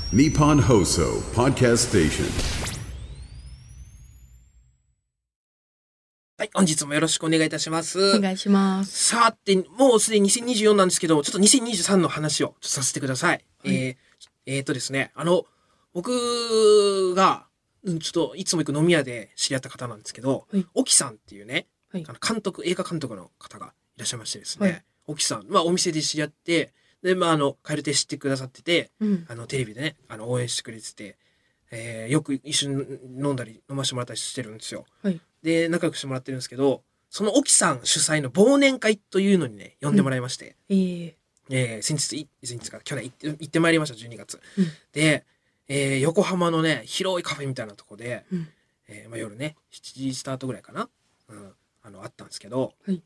Nippon Hoso Podcast Station。 はい、本日もよろしくお願いいたします。 お願いします。 さて、もうすでに2024なんですけど、ちょっと2023の話をさせてください。 はい、 ですね、僕が、ちょっといつも行く飲み屋で知り合った方なんですけど、 はい、 沖さんっていうね、 はい、 映画監督の方がいらっしゃいましてですね、 はい、 沖さん、お店で知り合って、で、蛙亭知ってくださってて、テレビでね、応援してくれてて、よく一緒に飲ませてもらったりしてるんですよ。 はい、 で、仲良くしてもらってるんですけど、その沖さん主催の忘年会というのにね、呼んでもらいまして、先日か、去年行ってまいりました、12月。で、横浜のね、広いカフェみたいなとこで、夜ね、7時スタートぐらいかな、あったんですけど、 はい、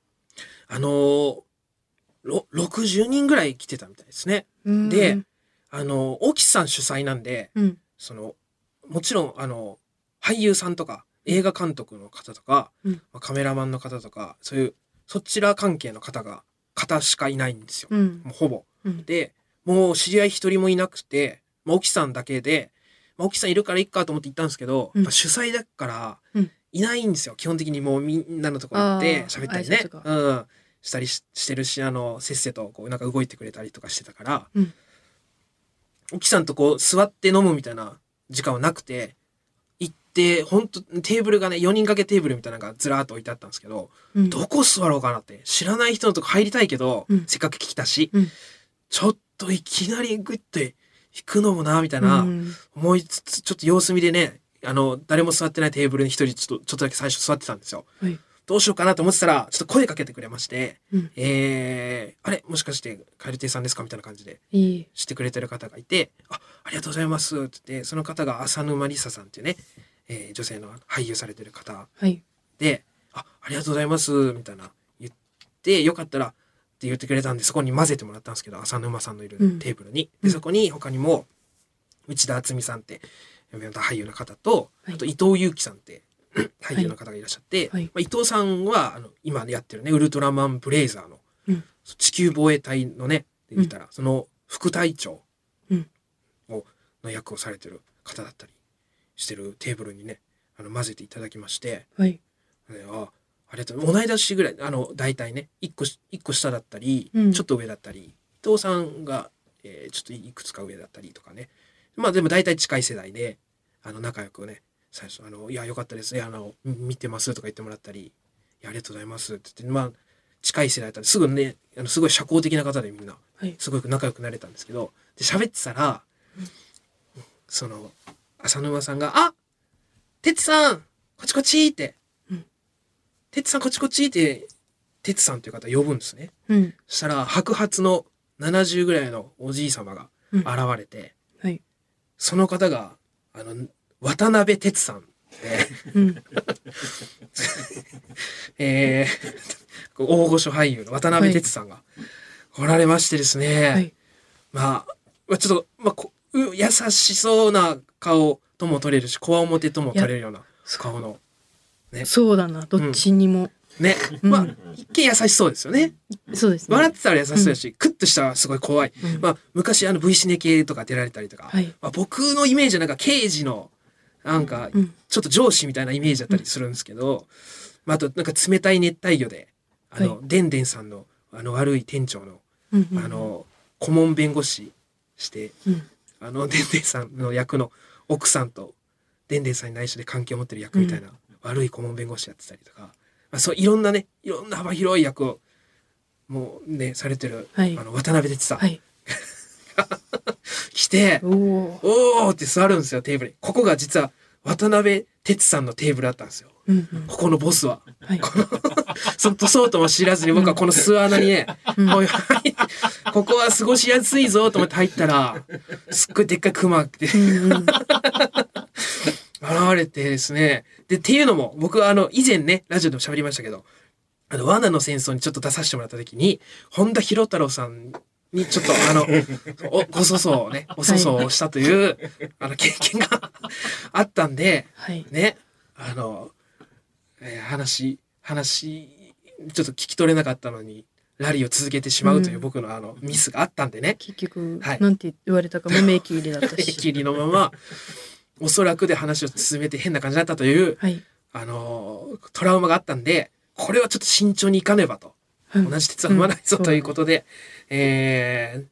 60人ぐらい来てたみたいですね。で、沖さん主催なんで、もちろん、俳優さんとか、映画監督の方とか、カメラマンの方とか、そういう、そちら関係の方しかいないんですよ。もうほぼ。で、もう知り合い一人もいなくて、沖さんだけで、沖さんいるからいっかと思って行ったんですけど、やっぱ主催だから、いないんですよ。基本的にもうみんなのとこ行って喋ったりね。したりしてるし、せっせとこうなんか動いてくれたりとかしてたから、沖さんとこう座って飲むみたいな時間はなくて、行って、ほんとテーブルがね、4人掛けテーブルみたいなのがずらーっと置いてあったんですけど、どこ座ろうかなって、知らない人のとこ入りたいけど、せっかく聞きたし、ちょっといきなりグッて行くのもな、みたいな、思いつつ、ちょっと様子見でね、誰も座ってないテーブルに一人ちょっとだけ最初座ってたんですよ。どうしようかなと思ってたら、ちょっと声かけてくれまして、あれもしかして蛙亭さんですかみたいな感じで、してくれてる方がいて、ありがとうございますって言って、その方が浅沼りささんっていうね、女性の俳優されてる方で、ありがとうございますみたいな言って、よかったらって言ってくれたんで、そこに混ぜてもらったんですけど、浅沼さんのいるテーブルに。で、そこに他にも、内田敦美さんって、俳優の方と、あと伊藤祐樹さんって、俳優の方がいらっしゃって、伊藤さんは今やってるねウルトラマンブレイザーの、地球防衛隊のねで言ったら、その副隊長の役をされてる方だったりしてるテーブルにね混ぜていただきまして、ありがとう。同い年ぐらい大体ね1個下だったり、ちょっと上だったり、伊藤さんが、ちょっといくつか上だったりとかね、でも大体近い世代で仲良くね最初いや良かったですね見てますとか言ってもらったり、いやありがとうございますって言って、近い世代だったらすぐねすごい社交的な方でみんなすごく仲良くなれたんですけど、で喋ってたら、その浅沼さんがてつさんこっちこっちっててつさんこっちこっちっててつさんという方呼ぶんですね。そしたら白髪の70ぐらいのおじい様が現れて、その方が渡辺哲さんで、大御所俳優の渡辺哲さんが来られましてですね、ちょっと、優しそうな顔とも取れるし、こわもてとも取れるような顔の、 ね、そうだな、どっちにも。 ね、一見優しそうですよね。 そうですね。 笑ってたら優しそうだし、クッとしたらすごい怖い。昔Vシネ系とか出られたりとか、僕のイメージはなんか刑事のなんかちょっと上司みたいなイメージだったりするんですけど、あとなんか冷たい熱帯魚ででんでんさんの悪い店長の顧問弁護士して、でんでんさんの役の奥さんとでんでんさんに内緒で関係を持ってる役みたいな悪い顧問弁護士やってたりとか、そういろんな幅広い役をもうねされてる、渡辺哲さん、来ておーって座るんですよテーブルに。ここが実は渡辺哲さんのテーブルだったんですよ、ここのボスは、そうとも知らずに僕はこの巣穴にね、ここは過ごしやすいぞと思って入ったらすっごいでっかいクマって現れてですね。でっていうのも僕は以前ねラジオでも喋りましたけど、罠の戦争にちょっと出させてもらった時に本田博太郎さんにちょっとご粗相をしたという経験があったんで、ね話ちょっと聞き取れなかったのにラリーを続けてしまうという僕のミスがあったんでね。 結局、 はいなんて言われたかもめき入りだっためし。 きりのまま、おそらくで話を進めて変な感じだったという、 はい。 トラウマがあったんで、これはちょっと慎重にいかねばと。 はい、 同じ鉄は踏まないぞということで、ね、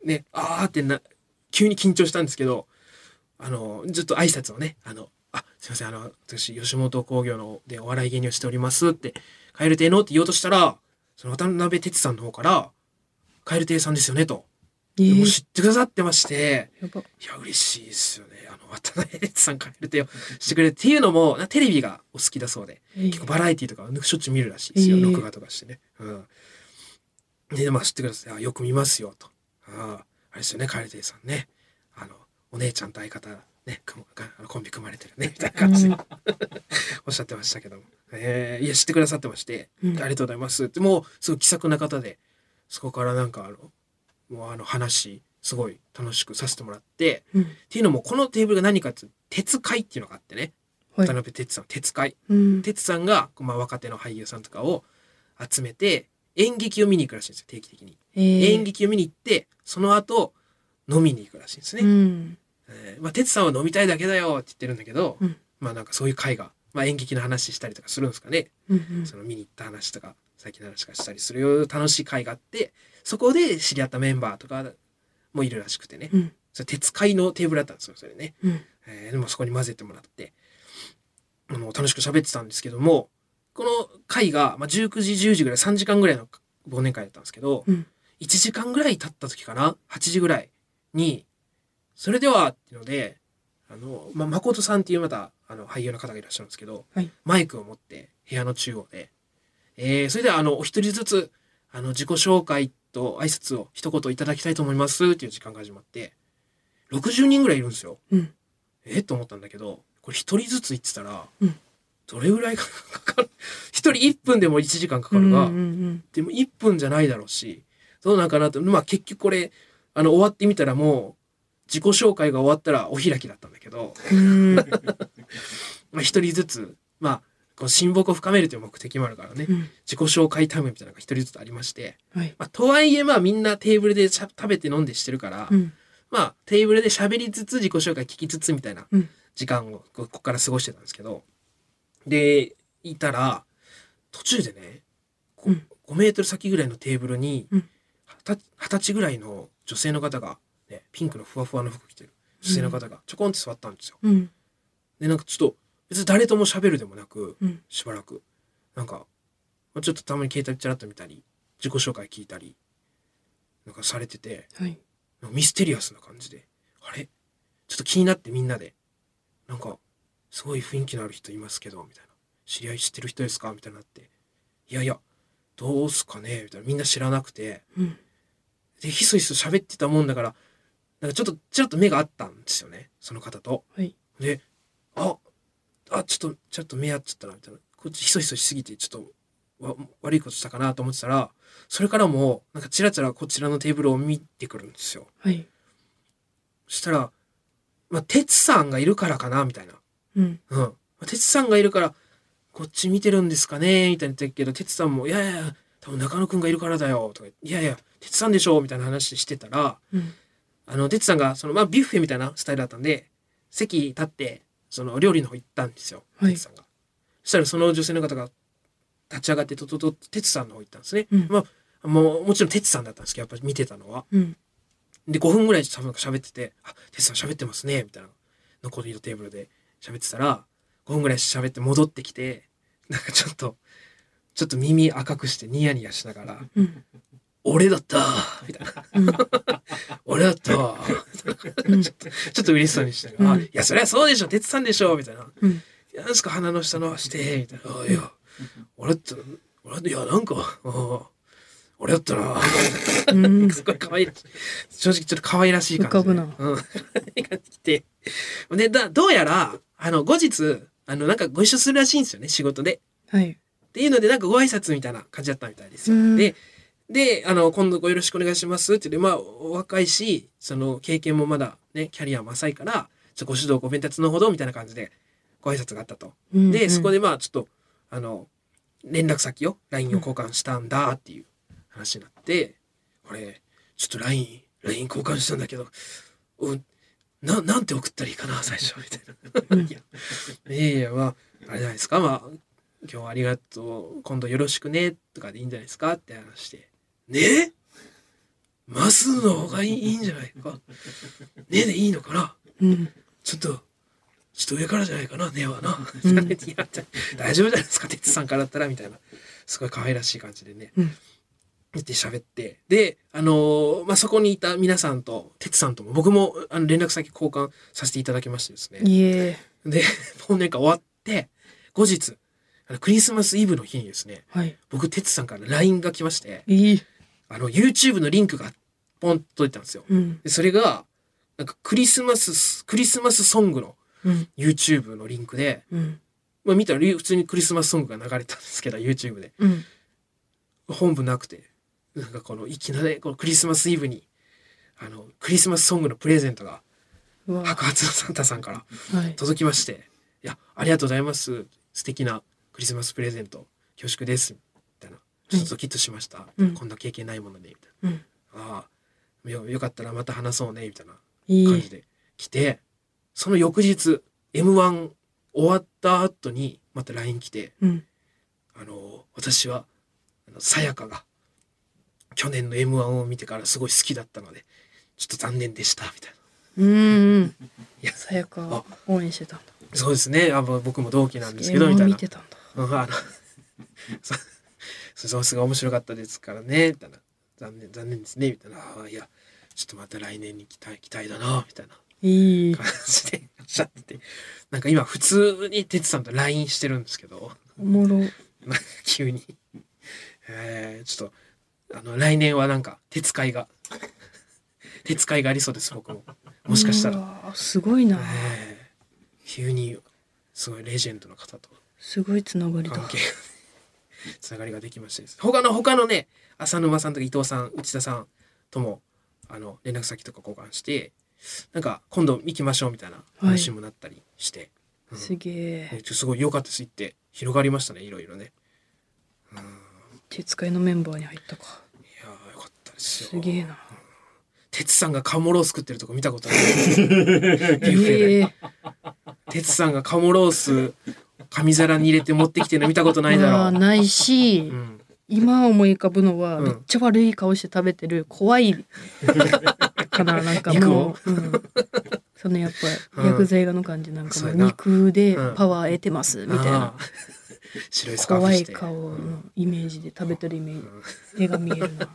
急に緊張したんですけど、ずっと挨拶をね、すいません、私、吉本興業でお笑い芸人をしておりますって、蛙亭のって言おうとしたら、その渡辺哲さんの方から、蛙亭さんですよねと。もう知ってくださってまして、いや、嬉しいですよね。渡辺哲さん蛙亭をしてくれるっていうのも、テレビがお好きだそうで、結構バラエティとかしょっちゅう見るらしいですよ。録画とかしてね。うん。で、知ってください。よく見ますよと。あれですよね、蛙亭さんね。お姉ちゃんと相方、ね、コンビ組まれてるね、みたいな感じでおっしゃってましたけども。いや、知ってくださってまして、ありがとうございますって、もう、すごい気さくな方で、そこからもう話、すごい楽しくさせてもらって、っていうのも、このテーブルが何かっていうと、鉄会っていうのがあってね、渡辺哲さん、鉄会。哲さんが、若手の俳優さんとかを集めて、演劇を見に行くらしいんですよ、定期的に。演劇を見に行って、その後、飲みに行くらしいんですね。哲さんは飲みたいだけだよって言ってるんだけど、そういう会が、演劇の話したりとかするんですかね。その見に行った話とか、最近の話とかしたりするよう楽しい会があって、そこで知り合ったメンバーとかもいるらしくてね。それ鉄会のテーブルだったんですよ、それね。でもそこに混ぜてもらって、楽しく喋ってたんですけども、この会が、19時、10時ぐらい、3時間ぐらいの忘年会だったんですけど、1時間ぐらい経った時かな ?8 時ぐらいに、それではっていうので、誠さんっていうまた、俳優の方がいらっしゃるんですけど、マイクを持って部屋の中央で、それではお一人ずつ、自己紹介と挨拶を一言いただきたいと思いますっていう時間が始まって、60人ぐらいいるんですよ。と思ったんだけど、これ一人ずつ言ってたら、どれぐらいかかる一人1分でも1時間かかるが、でも1分じゃないだろうし、どうなんかなと、結局これ、終わってみたらもう、自己紹介が終わったらお開きだったんだけど、一人ずつ、こう親睦を深めるという目的もあるからね、自己紹介タイムみたいなのが一人ずつありまして、とはいえみんなテーブルで食べて飲んでしてるから、テーブルで喋りつつ自己紹介聞きつつみたいな時間をここから過ごしてたんですけど、で、いたら、途中でね、5メートル先ぐらいのテーブルに、20歳ぐらいの女性の方が、ピンクのふわふわの服着てる女性の方がちょこんって座ったんですよ。で、ちょっと、別に誰とも喋るでもなく、しばらく、ちょっとたまに携帯チラッと見たり、自己紹介聞いたり、されてて、ミステリアスな感じで、あれちょっと気になってみんなで、すごい雰囲気のある人いますけど、みたいな。知り合い知ってる人ですかみたいになって。いやいや、どうすかねみたいな。みんな知らなくて。で、ひそひそ喋ってたもんだから、ちょっと目があったんですよね。その方と。で、ちょっと目合っちゃったな、みたいな。こっちひそひそしすぎて、ちょっと悪いことしたかなと思ってたら、それからも、チラチラこちらのテーブルを見てくるんですよ。そしたら、哲さんがいるからかなみたいな。哲さんがいるから、こっち見てるんですかねみたいな言ってるけど、哲さんも、いやいや、多分中野くんがいるからだよ。とか、いやいや、哲さんでしょみたいな話してたら、哲さんが、ビュッフェみたいなスタイルだったんで、席立って、料理の方行ったんですよ。哲さんが。そしたら、その女性の方が立ち上がって、哲さんの方行ったんですね。もちろん哲さんだったんですけど、やっぱ見てたのは。で、5分ぐらい多分喋ってて、哲さん喋ってますね、みたいな。残りのテーブルで喋ってたら、5分ぐらい喋って戻ってきて、ちょっと耳赤くしてニヤニヤしながら、俺だったみたいな。俺だったちょっと嬉しそうにしていや、そりゃそうでしょ哲さんでしょみたいな。なんですか鼻の下伸ばして、みたいな。いや、俺だった、いや、俺だったなすごい可愛い。正直ちょっと可愛らしい感じで。浮かぶな。来て。で、どうやら、後日、ご一緒するらしいんですよね、仕事で。っていうので、ご挨拶みたいな感じだったみたいですよ。で、今度ごよろしくお願いしますって言って、お若いし、経験もまだね、キャリアも浅いから、ご指導ご鞭達のほどみたいな感じで、ご挨拶があったと。で、そこでちょっと、連絡先を、LINE を交換したんだっていう話になって、俺ちょっと LINE 交換したんだけど、なんて送ったらいいかな最初みたいな。いやまああれじゃないですか、まあ今日はありがとう、今度よろしくねとかでいいんじゃないですかって話して、ねマスの方がいいんじゃないか、ねでいいのかな、ちょっと上からじゃないかな、ねはな、いや大丈夫じゃないですか、哲さんからだったらみたいな、すごい可愛らしい感じでね、で喋って、でまあ、そこにいた皆さんと哲さんとも僕も連絡先交換させていただきましてですね、で忘年会終わって後日クリスマスイブの日にですね、僕哲さんから LINE が来まして、YouTube のリンクがポンと届いたんですよ、でそれがなんかクリスマスソングの YouTube のリンクで、まあ、見たら普通にクリスマスソングが流れたんですけど YouTube で、本文なくて、なんかいきなりこのクリスマスイブにクリスマスソングのプレゼントが白髪のサンタさんから届きまして、いやありがとうございます、素敵なクリスマスプレゼント恐縮ですみたいな、ちょっとドキッとしました、こんな経験ないものでみたいな、ああ よかったらまた話そうねみたいな感じで来て、その翌日 M1 終わった後にまた LINE 来て、私はさやかが去年の M1 を見てからすごい好きだったのでちょっと残念でしたみたいな。いやさやか応援してたんだ。 そうですね、僕も同期なんですけどみたいな。 見てたんだ。 そうすごい面白かったですからねみたいな、残念ですねみたいな、いやちょっとまた来年に期待だなみたいな感じでおっしゃってて、なんか今普通に哲さんと LINE してるんですけど、 おもろ急にちょっと来年はなんか鉄会がありそうです、僕ももしかしたら。 すごいな、 急にすごいレジェンドの方とすごいつながりだ、 関係つながりができましてです、他のね浅沼さんとか伊藤さん内田さんとも連絡先とか交換して、なんか今度行きましょうみたいな話もなったりして、 すげえ、 すごい良かったです。行って広がりましたね、いろいろね。 鉄会のメンバーに入ったか。 いやよかったですよ。 すげえな。 鉄さんが鴨ロース食ってるとこ見たことないビュッフェで鉄さんが鴨ロース紙皿に入れて持ってきてるの見たことないだろう。 ないし、今思い浮かぶのは、めっちゃ悪い顔して食べてる怖いかな、なんかもう、そのやっぱ薬剤画の感じ、なんかもう肉でパワー得てますみたいな、 白いスカーフして怖い顔のイメージで食べてるイメージ、絵が見えるな。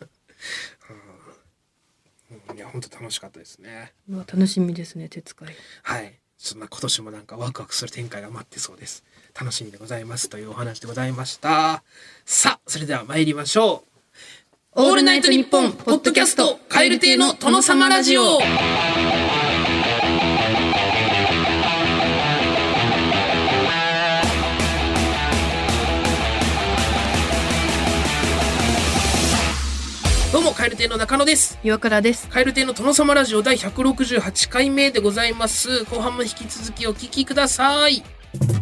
いや本当楽しかったですね。 楽しみですね、鉄会。 はい、そんな今年もなんかワクワクする展開が待ってそうです。楽しみでございますというお話でございました。さあそれでは参りましょう。オールナイトニッポンポッドキャスト蛙亭の殿様ラジオ。どうも蛙亭の中野です。 岩倉です。 蛙亭の殿様ラジオ第168回目でございます。後半も引き続きお聞きください。オール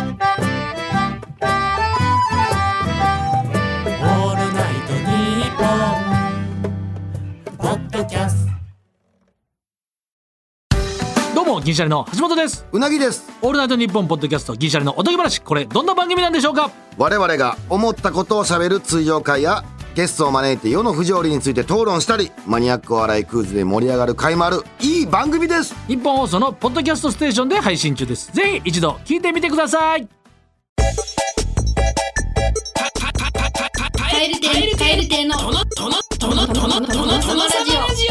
ナイトニッポンポッドキャスト。どうも銀シャリの橋本です。 うなぎです。 オールナイトニッポンポッドキャスト銀シャリのおとぎ話、これどんな番組なんでしょうか。 我々が思ったことをしゃべる通常会やゲストを招いて世の不条理について討論したり、マニアックお笑いクイズで盛り上がる回もあるいい番組です。 日本放送のポッドキャストステーションで配信中です。ぜひ一度聞いてみてください。 蛙亭のトノラジ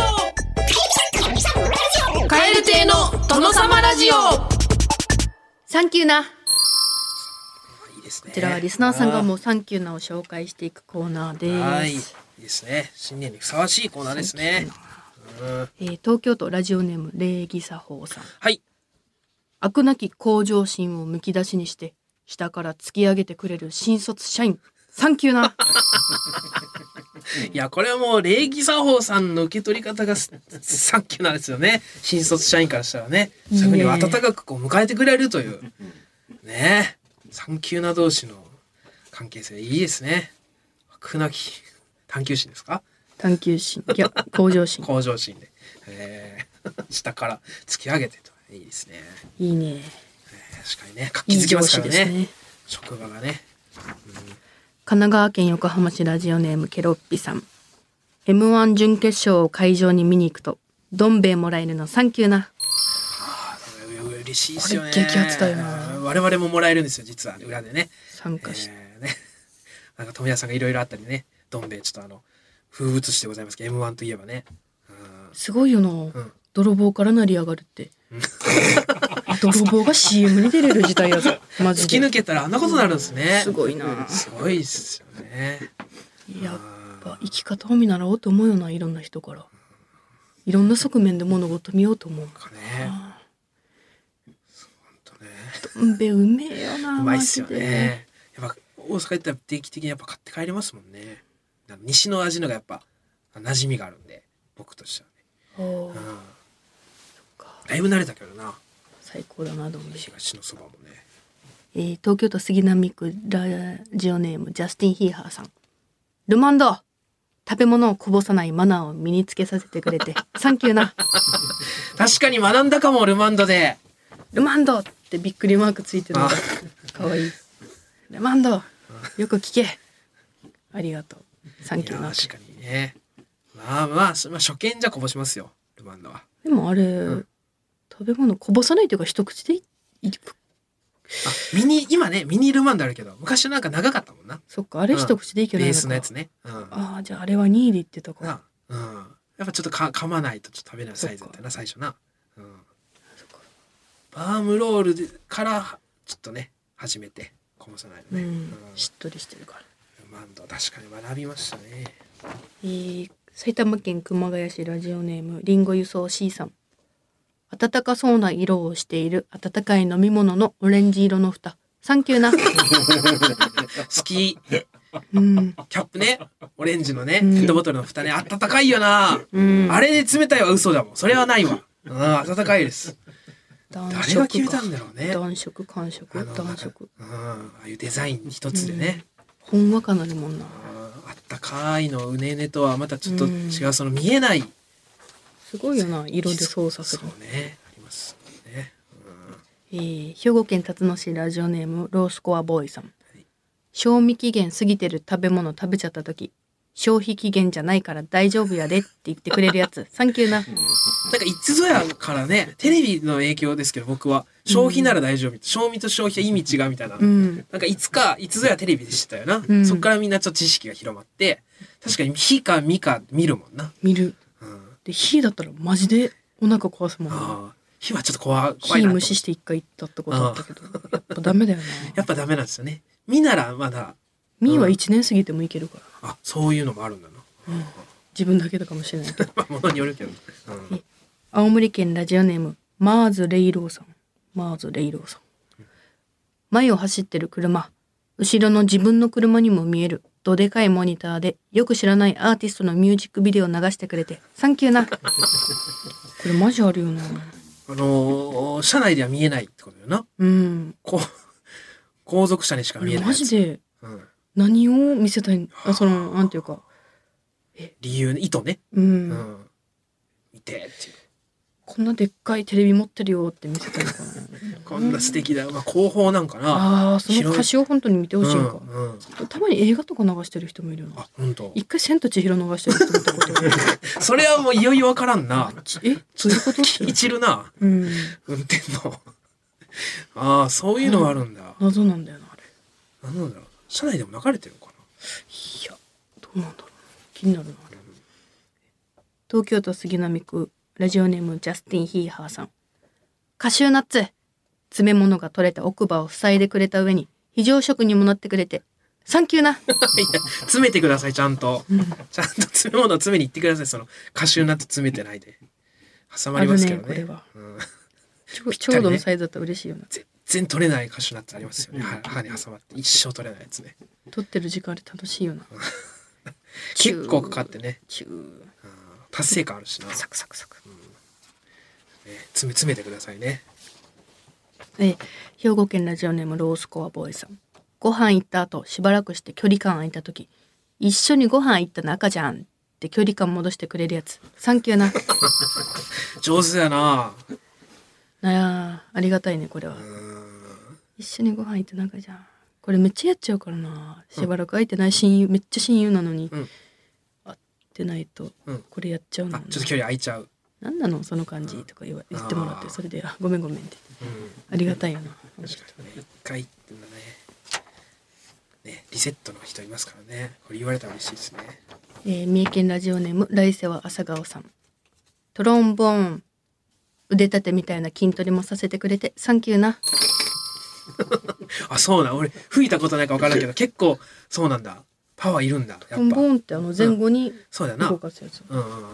オ。 蛙亭の殿様ラジオ。 サンキューな。 こちらはリスナーさんがもうサンキューなを紹介していくコーナーです。 はい、いいですね。新年にふさわしいコーナーですね。 東京都ラジオネーム礼儀作法さん。 はい。 飽くなき向上心をむき出しにして下から突き上げてくれる新卒社員、サンキューな。 いやこれはもう礼儀作法さんの受け取り方がサンキューなんですよね。新卒社員からしたらね、そういうふうに温かくこう迎えてくれるというね、サンキューな同士の関係性いいですね。飽くなき探求心ですか？ 探求心、いや向上心。 向上心で、下から突き上げてといいですね。 いいね。 確かにね、活気づきますからね。 いい上司ですね。 職場がね。 神奈川県横浜市ラジオネームケロッピさん。M1 準決勝を会場に見に行くとどん兵衛もらえるのサンキューな。 嬉しいですよね。 これ激アツだよな。 我々ももらえるんですよ、実は裏でね。 参加し、 ね、なんか富谷さんがいろいろあったりね、どん兵衛ちょっと風物詩でございますけど M1 といえばね、 すごいよな、泥棒から成り上がるって泥棒が CM に出れる時代やぞマジで。 突き抜けたらあんなことになるんですね。 すごいな。 すごいっすよね。 やっぱ生き方を見習おうと思うよな、いろんな人からいろんな側面で物事見ようと思うかね。どん兵衛うめえよな。 うまいっすよね。やっぱ大阪行ったら定期的にやっぱ買って帰れますもんね。西の味のがやっぱ馴染みがあるんで、僕としてはね。だいぶ慣れたけどな。 最高だな、どん兵衛。 東のそばもね。 東京都杉並区ラジオネームジャスティン・ヒーハーさん。ルマンド、食べ物をこぼさないマナーを身につけさせてくれてサンキューな。 確かに学んだかも、ルマンドで。 ルマンドってびっくりマークついてるのがかわいい。ルマンド、よく聞け。ありがとう。サンキューな。 確かにね。まあ初見じゃこぼしますよ、ルマンドは。 でもあれ、食べ物こぼさないというか一口でいく。 今ねミニルマンドあるけど、昔なんか長かったもんな。 そっか、あれ一口でいけないのか。 ベースのやつね。 ああ、じゃああれは2位で言ってたか。 やっぱちょっと噛まないとちょっと食べないサイズだったな、最初な。バームロールからちょっとね始めてこぼさないのね。 しっとりしてるから。 ルマンド確かに学びましたね。 埼玉県熊谷市ラジオネームリンゴ輸送 C さん。暖かそうな色をしている温かい飲み物のオレンジ色の蓋サンキューな。 好き。キャップね、オレンジのね、ペットボトルの蓋ね、温かいよな。あれで冷たいは嘘だもん。それはないわ。温かいです。誰が決めたんだろうね。 暖色感触暖色。 ああいうデザイン一つでね。 ほんわかなるもんな。 あったかいのうねうねとはまたちょっと違う、その見えない。 すごいよな、色で操作する。 そうね、ありますね。 兵庫県辰野市ラジオネームロースコアボーイさん。賞味期限過ぎてる食べ物食べちゃった時、消費期限じゃないから大丈夫やでって言ってくれるやつサンキューな。 なんかいつぞやからね、テレビの影響ですけど、僕は消費なら大丈夫、賞味と消費は意味違うみたいな、なんかいつぞやテレビで知ったよな、そっからみんなちょっと知識が広まって、確かに火かみか見るもんな。 見る、で火だったらマジでお腹壊すもんな。 火はちょっと怖いな。 火無視して一回行ったってことあったけど、やっぱダメだよな。 やっぱダメなんですよね。火ならまだ、 火は1年過ぎてもいけるから。 あ、そういうのもあるんだな。 自分だけだかもしれないけど。 ものによるけど。 青森県ラジオネームマーズレイローさん。前を走ってる車、後ろの自分の車にも見えるどでかいモニターでよく知らないアーティストのミュージックビデオを流してくれてサンキューな。これマジあるよな。 車内では見えないってことよな。後続車にしか見えないやつ。 マジで何を見せたい、なんていうか、 理由ね、意図ね。見てっていう。 こんなでっかいテレビ持ってるよって見せたいのかな。 こんな素敵だ。広報なんかな。 その歌詞を本当に見てほしいんか。たまに映画とか流してる人もいるよな。 本当。 一回千と千尋流してる人見たことある。 それはもういよいよわからんな。 そういうこといちるな。運転の。そういうのがあるんだ。 謎なんだよな、あれ。 何なんだろう。車内でも流れてるのかな。 いや、どうなんだろう。気になるな。東京都杉並区ラジオネームジャスティン・ヒーハーさん。カシューナッツ、詰め物が取れた奥歯を塞いでくれた上に非常食にもなってくれてサンキューな。いや、 詰めてください、ちゃんと。ちゃんと詰め物を詰めに行ってください。そのカシューナッツ詰めてないで挟まりますけどね。 これは、ちょうどのサイズだったら嬉しいよな。 全然取れないカシューナッツありますよね。歯に挟まって一生取れないやつね。 取ってる時間で楽しいよな。 結構かかってね。達成感あるしな。 サクサクサク。 詰めてくださいね。 兵庫県ラジオネームロースコアボーイさん。ご飯行った後しばらくして距離感空いた時、 一緒にご飯行った仲じゃんって距離感戻してくれるやつ。サンキューな。 上手やな。 ありがたいねこれは。一緒にご飯行った仲じゃん。これめっちゃやっちゃうからな。しばらく会えてない親友、めっちゃ親友なのに、会ってないとこれやっちゃうの。 ちょっと距離空いちゃう。 なんなのその感じとか言ってもらって、それでごめんごめんって、ありがたいよな。 一回ってんだね。リセットの人いますからね。これ言われたら嬉しいですね。 三重県ラジオネーム来世は朝顔さん。トロンボーン腕立てみたいな筋トレもさせてくれてサンキューな。 あ、そうな。俺吹いたことないか分からんけど結構そうなんだ。パワーいるんだやっぱ。 トロンボーンって前後にそうだな。 動かすやつ。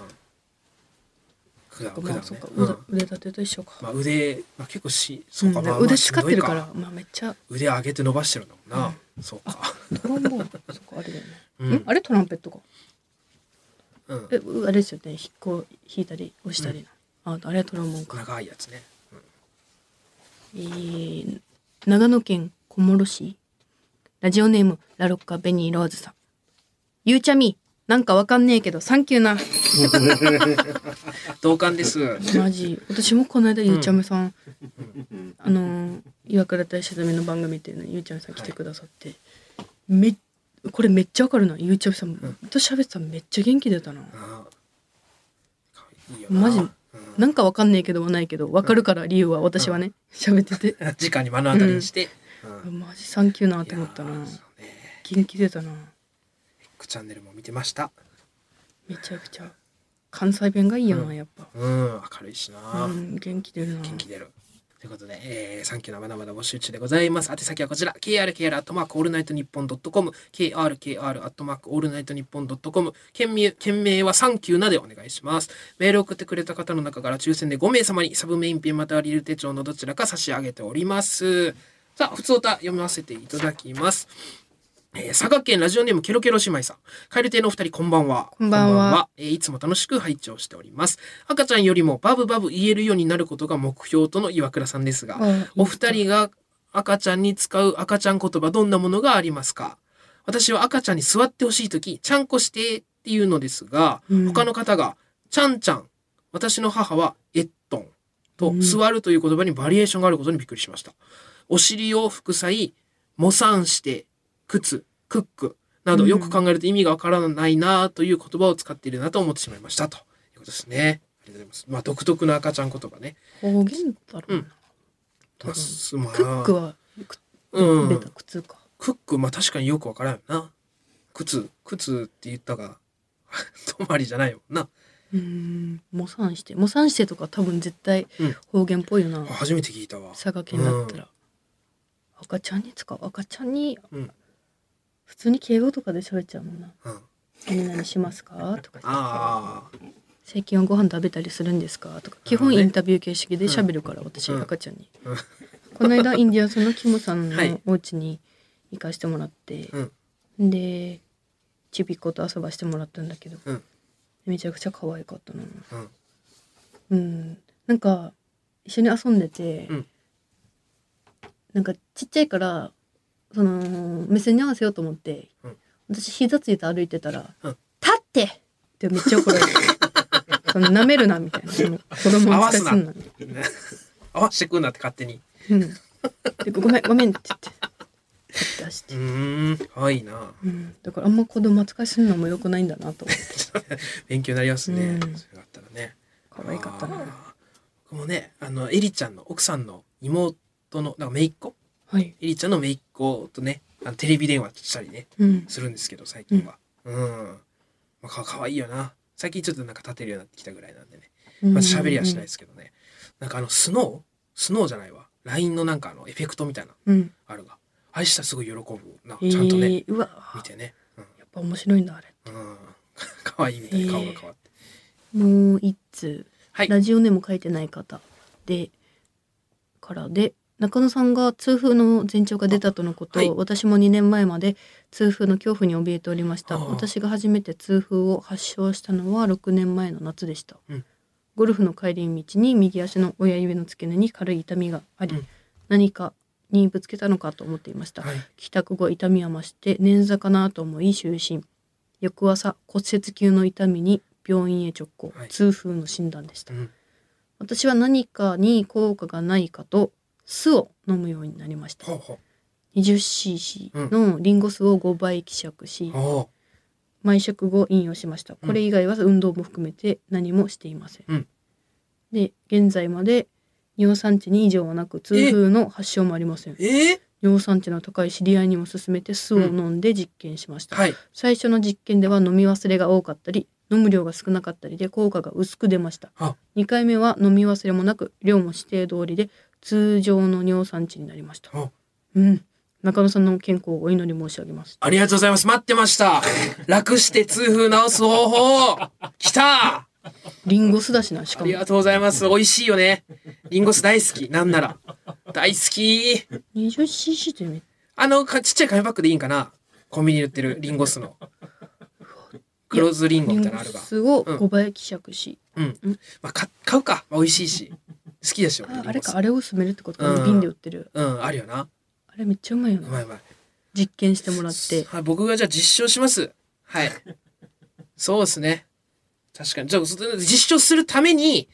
腕立てと一緒か。 まあ腕、結構そうか、 腕使ってるから、めっちゃ腕上げて伸ばしてるんだもんな。そうか。 トロンボーン、そこあれだよね。あれトランペットか。あれですよね。弾いたり押したりな。あれはトロンボーンか。 長いやつね。 長野県小諸市ラジオネームラロッカベニーローズさん。ゆうちゃみなんかわかんねえけどサンキューな。 同感です。 マジ私もこの間ゆうちゃみさん、岩倉大社の番組っていうのにゆうちゃみさん来てくださって、これめっちゃわかるな。ゆうちゃみさんと喋ってたらめっちゃ元気出たな。マジなんかわかんねえけどはないけどわかるから理由は私はね喋ってて直に目の当たりにして、 マジサンキューなって思ったな。元気出たな。 チャンネルも見てました。 めちゃくちゃ関西弁がいいよな、やっぱ。 明るいしな。 元気出るな。 元気出る。ということで、サンキューなまだまだ募集中でございます。宛先はこちら、krkr@allnightnippon.com、krkr@allnightnippon.com、件名はサンキューなでお願いします。メールを送ってくれた方の中から抽選で5名様にサブメインペンまたはリル手帳のどちらか差し上げております。さあ、ふつおた読ませていただきます。佐賀県ラジオネームケロケロ姉妹さん。蛙亭のお二人こんばんは。 こんばんは。 いつも楽しく拝聴しております。赤ちゃんよりもバブバブ言えるようになることが目標との岩倉さんですが、お二人が赤ちゃんに使う赤ちゃん言葉どんなものがありますか？私は赤ちゃんに座ってほしいとき、ちゃんこしてっていうのですが、他の方がちゃんちゃん、私の母はえっとんと座るという言葉にバリエーションがあることにびっくりしました。お尻を拭く際、もさんして、靴、クックなどよく考えると意味がわからないなという言葉を使っているなと思ってしまいましたということですね。ありがとうございます。独特な赤ちゃん言葉ね。 方言だろうな。クックは靴か。 クック確かによくわからんよな。靴って言ったが止まりじゃないもんな。 もさんしてとか多分絶対方言っぽいよな。 初めて聞いたわ。 佐賀県だったら。赤ちゃんに使う。赤ちゃんに、普通に敬語とかで喋っちゃうもんな。何々しますかとか。最近はご飯食べたりするんですかとか。基本インタビュー形式で喋るから、私、赤ちゃんに。この間インディアンスのキムさんのお家に行かしてもらって、でちびっこと遊ばしてもらったんだけど、めちゃくちゃ可愛かったな。なんか一緒に遊んでて、なんかちっちゃいからその目線に合わせようと思って、私膝ついて歩いてたら「立って!」ってめっちゃ怒られてその舐めるなみたいな、その子供を使いすんな合わしてくんなって勝手に、 でごめんって言って出して可愛いな、 だからあんま子供扱いするのも良くないんだなと思って勉強になりますね、それがあったらね。 可愛かったな。 僕もねエリちゃんの奥さんの妹のなんか姪っ子、エリちゃんの姪っ子とねテレビ電話したりね、するんですけど最近は可愛いよな。最近ちょっとなんか立てるようになってきたぐらいなんでね、まず喋りはしないですけどね、なんかスノーじゃないわ、 LINE のなんかエフェクトみたいな、あるがあれしたらすごい喜ぶな、ちゃんとね見てね、 やっぱ面白いんだあれ。 可愛いみたいな顔が変わって、 もう一通、ラジオネーム書いてない方でからで、中野さんが痛風の前兆が出たとのこと、私も2年前まで痛風の恐怖に怯えておりました。私が初めて痛風を発症したのは6年前の夏でした。ゴルフの帰り道に右足の親指の付け根に軽い痛みがあり、何かにぶつけたのかと思っていました。帰宅後痛みは増して捻挫かなと思い就寝。 翌朝骨折級の痛みに病院へ直行、 はい痛風の診断でした、 うん、 私は何かに効果がないかと酢を飲むようになりました。 ほうほ 20cc のリンゴ酢を5倍希釈し、 う毎食後飲用しました。これ以外は運動も含めて何もしていません、 うん、 で現在まで尿酸値に異常はなく痛風の発症もありません。尿酸値の高い知り合いにも勧めて酢を飲んで実験しました、 はい、 最初の実験では飲み忘れが多かったり飲む量が少なかったりで効果が薄く出ました。2回目は飲み忘れもなく量も指定通りで通常の尿酸値になりました。中野さんの健康をお祈り申し上げます。 ありがとうございます。待ってました。楽して痛風治す方法きた。 リンゴ酢だしな。しかもありがとうございます。美味しいよね。リンゴ酢大好き。なんなら大好き。 20cc ってね、 ちっちゃい紙パックでいいんかな。コンビニに売ってるリンゴ酢の黒酢リンゴみたいなのあるが。 リンゴ酢を5倍希釈し、 まあ、買うか、まあ、美味しいし好きでしょ。 あれか、あれを薄めるってことか、瓶で売ってる。 あるよな。 あれめっちゃうまいよね。 うまい。 実験してもらって、 はい、僕がじゃあ実証します。はい。そうですね。確かに。じゃあ実証するために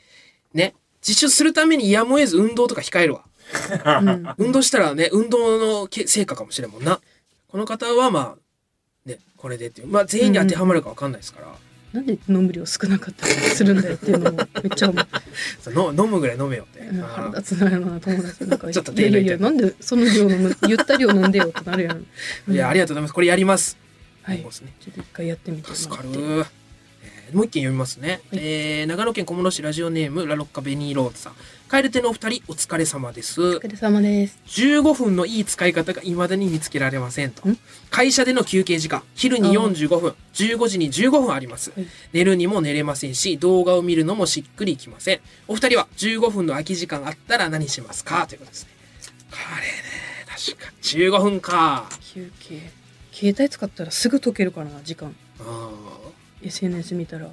やむを得ず運動とか控えるわ。運動したらね、運動の成果かもしれんもんな。この方はまあね、これでっていう、まあ全員に当てはまるかわかんないですから。 なんで飲む量少なかったりするんだよっていうのもめっちゃ思う。 飲むぐらい飲めよって。 腹立つなよな、友達なんか。 ちょっといやなんでその量飲む、言った量飲んでよってなるやん。 いや、ありがとうございます。これやります。 はい。ちょっと一回やってみて。 助かる。もう一件読みますね、はい。長野県小諸市ラジオネームラロッカベニーローズさん。蛙亭のお二人お疲れ様です。 お疲れ様です。 15分のいい使い方が未だに見つけられませんと。会社での休憩時間、昼に45分、15時に15分あります、はい。寝るにも寝れませんし、動画を見るのもしっくりきません。お二人は15分の空き時間あったら何しますかということですね。これね、確かに15分か。 休憩。携帯使ったらすぐ解けるかな、時間。SNS 見たらね。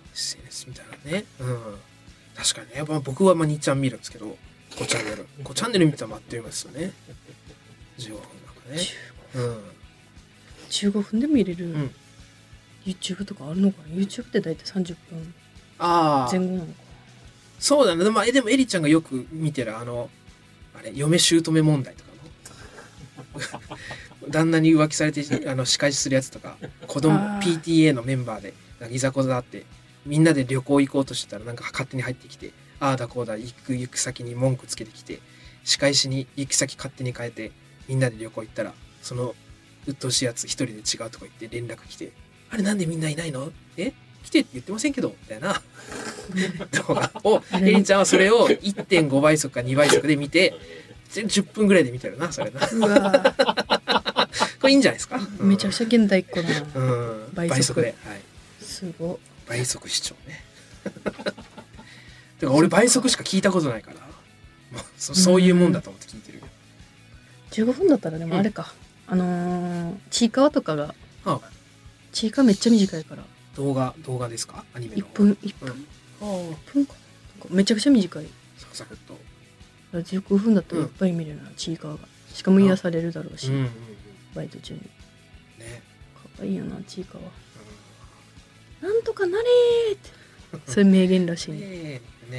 確かにね。僕は2ちゃん見るんですけど、5チャンネル見たら待ってみますよね。15分なんかね。 15分で見れる、YouTube とかあるのかな。 YouTube って大体30分前後なのかな。 そうだね。でもエリちゃんがよく見てる嫁姑問題とかの旦那に浮気されて仕返しするやつとか、子供 PTA のメンバーでいざこざあってみんなで旅行行こうとしてたらなんか勝手に入ってきて、ああだこうだ行く先に文句つけてきて、仕返しに行き先勝手に変えてみんなで旅行行ったら、その鬱陶しいやつ一人で違うとこ行って連絡来て、あれなんでみんないないの？来てって言ってませんけどみたいな動画をエリちゃんはそれを 1.5 倍速か2倍速で見て10分ぐらいで見てるな、それな。うわこれいいんじゃないですか。 めちゃくちゃ現代っ子な。 倍速で、はい、 すごい。 倍速視聴ね。てか俺倍速しか聞いたことないから、そういうもんだと思って聞いてるよ。 15分だったらでもあれか、ちいかわとかが、ちいかわめっちゃ短いから。 動画ですか？アニメの。 1分1分か。めちゃくちゃ短い。 サクサクっと。 15分だったらいっぱい見れるな、ちいかわが。しかも癒されるだろうし、バイト中に。ね。かわいいよな、ちいかわ。なんとかなれーって。そういう名言らしいね。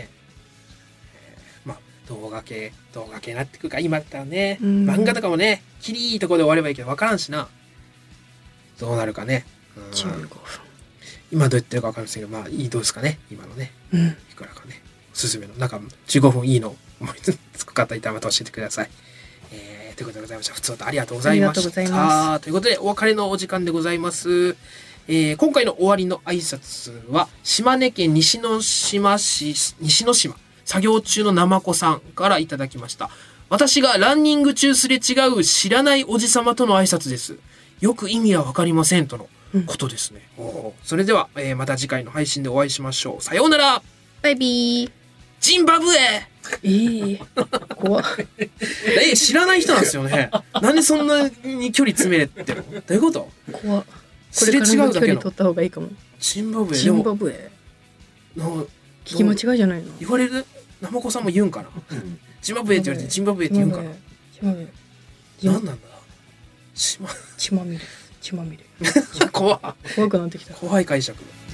まあ動画系なってくるか今だったらね、漫画とかもね、きりいいところで終わればいいけど分からんしな。どうなるかね。 15分。 今どうやってるか分かりませんけど、まあいいどうですかね今のね。いくらかね。おすすめのなんか15分いいの思いつく方いたらまた教えてください。ということでございました。普通とありがとうございました。ということでお別れのお時間でございます。今回の終わりの挨拶は島根県西之島作業中のなまこさんからいただきました。私がランニング中すれ違う知らないおじさまとの挨拶です。よく意味はわかりませんとのことですね。それでは、また次回の配信でお会いしましょう。さようなら。 バイビー。 ジンバブエ。 怖い。 知らない人なんですよね。なんでそんなに距離詰めれってるの？どういうこと？ 怖っ。これからの距離取った方がいいかも。 ジンバブエ。 聞き間違いじゃないの？ 言われる。なまこさんも言うんかな。ジンバブエって言われてジンバブエって言うんかな。何なんだ。 血まみれ。 血まみれ怖怖くなってきた。 怖い解釈。